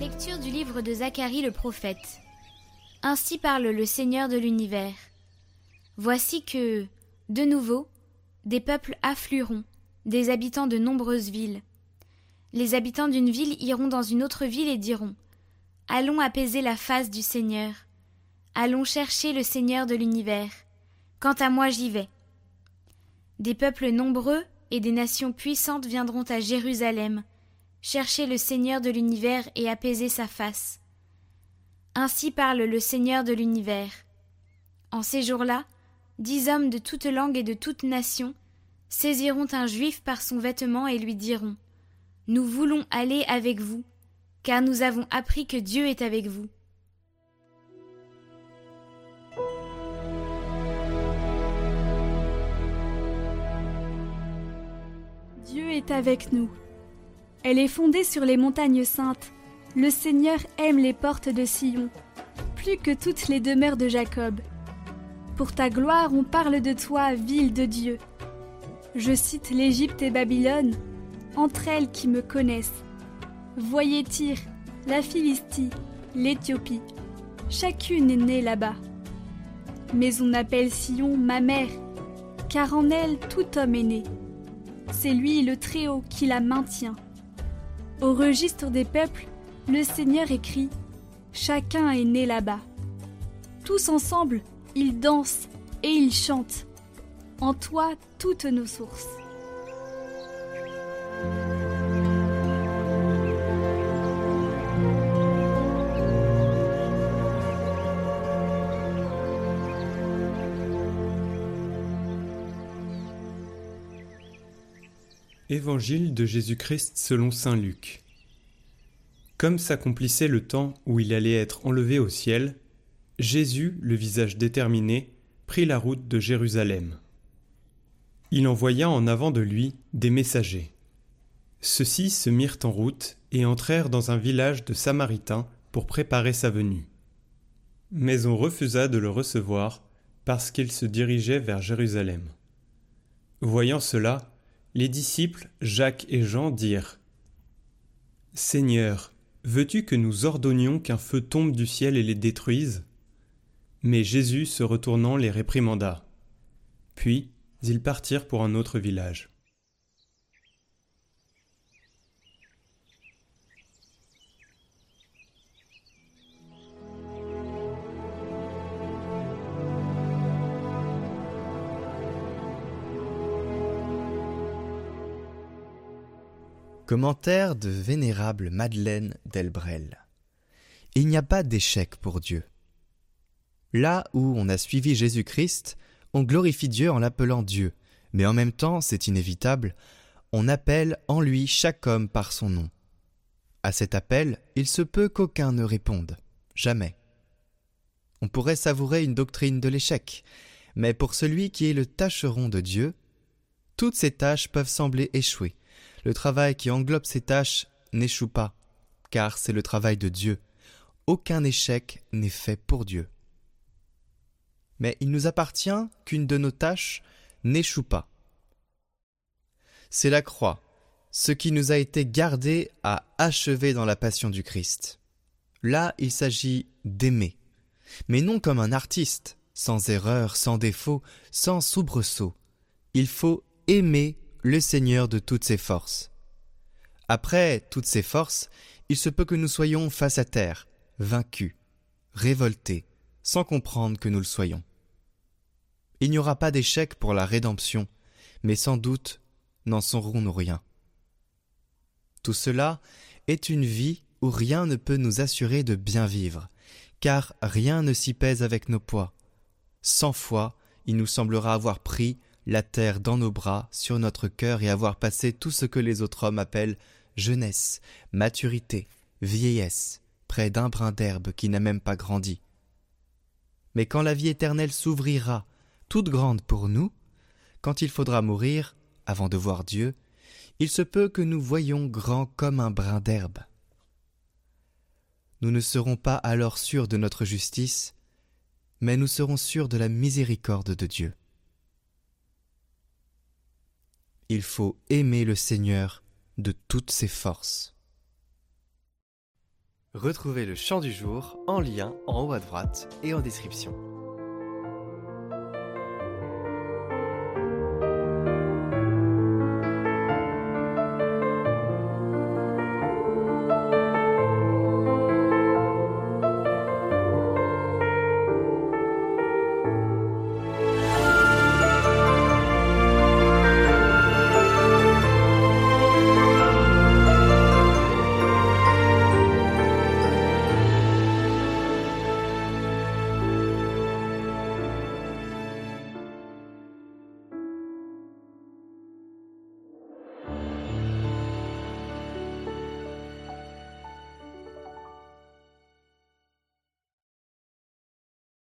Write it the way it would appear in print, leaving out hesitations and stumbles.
Lecture du livre de Zacharie le prophète. Ainsi parle le Seigneur de l'univers. Voici que, de nouveau, des peuples afflueront, des habitants de nombreuses villes. Les habitants d'une ville iront dans une autre ville et diront : Allons apaiser la face du Seigneur. Allons chercher le Seigneur de l'univers. Quant à moi, j'y vais. Des peuples nombreux et des nations puissantes viendront à Jérusalem, chercher le Seigneur de l'univers et apaiser sa face. Ainsi parle le Seigneur de l'univers. En ces jours-là, 10 hommes de toute langue et de toute nation saisiront un juif par son vêtement et lui diront : Nous voulons aller avec vous, car nous avons appris que Dieu est avec vous. Dieu est avec nous. Elle est fondée sur les montagnes saintes. Le Seigneur aime les portes de Sion, plus que toutes les demeures de Jacob. Pour ta gloire, on parle de toi, ville de Dieu. Je cite l'Égypte et Babylone, entre elles qui me connaissent. Voyez Tyr, la Philistie, l'Éthiopie. Chacune est née là-bas. Mais on appelle Sion ma mère, car en elle tout homme est né. C'est lui le Très-Haut qui la maintient. Au registre des peuples, le Seigneur écrit : Chacun est né là-bas. Tous ensemble, ils dansent et ils chantent. En toi, toutes nos sources. Évangile de Jésus-Christ selon saint Luc. Comme s'accomplissait le temps où il allait être enlevé au ciel, Jésus, le visage déterminé, prit la route de Jérusalem. Il envoya en avant de lui des messagers. Ceux-ci se mirent en route et entrèrent dans un village de Samaritains pour préparer sa venue. Mais on refusa de le recevoir parce qu'il se dirigeait vers Jérusalem. Voyant cela, les disciples Jacques et Jean dirent : « Seigneur, veux-tu que nous ordonnions qu'un feu tombe du ciel et les détruise ? » Mais Jésus, se retournant, les réprimanda. Puis, ils partirent pour un autre village. Commentaire de vénérable Madeleine Delbrel. Il n'y a pas d'échec pour Dieu. Là où on a suivi Jésus-Christ, on glorifie Dieu en l'appelant Dieu, mais en même temps, c'est inévitable, on appelle en lui chaque homme par son nom. À cet appel, il se peut qu'aucun ne réponde, jamais. On pourrait savourer une doctrine de l'échec, mais pour celui qui est le tâcheron de Dieu, toutes ces tâches peuvent sembler échouer. Le travail qui englobe ces tâches n'échoue pas, car c'est le travail de Dieu. Aucun échec n'est fait pour Dieu. Mais il nous appartient qu'une de nos tâches n'échoue pas. C'est la croix, ce qui nous a été gardé à achever dans la passion du Christ. Là, il s'agit d'aimer, mais non comme un artiste, sans erreur, sans défaut, sans soubresaut. Il faut aimer le Seigneur de toutes ses forces. Après toutes ces forces, il se peut que nous soyons face à terre, vaincus, révoltés, sans comprendre que nous le soyons. Il n'y aura pas d'échec pour la rédemption, mais sans doute n'en saurons-nous rien. Tout cela est une vie où rien ne peut nous assurer de bien vivre, car rien ne s'y pèse avec nos poids. 100 fois, il nous semblera avoir pris la terre dans nos bras, sur notre cœur, et avoir passé tout ce que les autres hommes appellent jeunesse, maturité, vieillesse, près d'un brin d'herbe qui n'a même pas grandi. Mais quand la vie éternelle s'ouvrira, toute grande pour nous, quand il faudra mourir, avant de voir Dieu, il se peut que nous voyions grand comme un brin d'herbe. Nous ne serons pas alors sûrs de notre justice, mais nous serons sûrs de la miséricorde de Dieu. Il faut aimer le Seigneur de toutes ses forces. Retrouvez le chant du jour en lien en haut à droite et en description.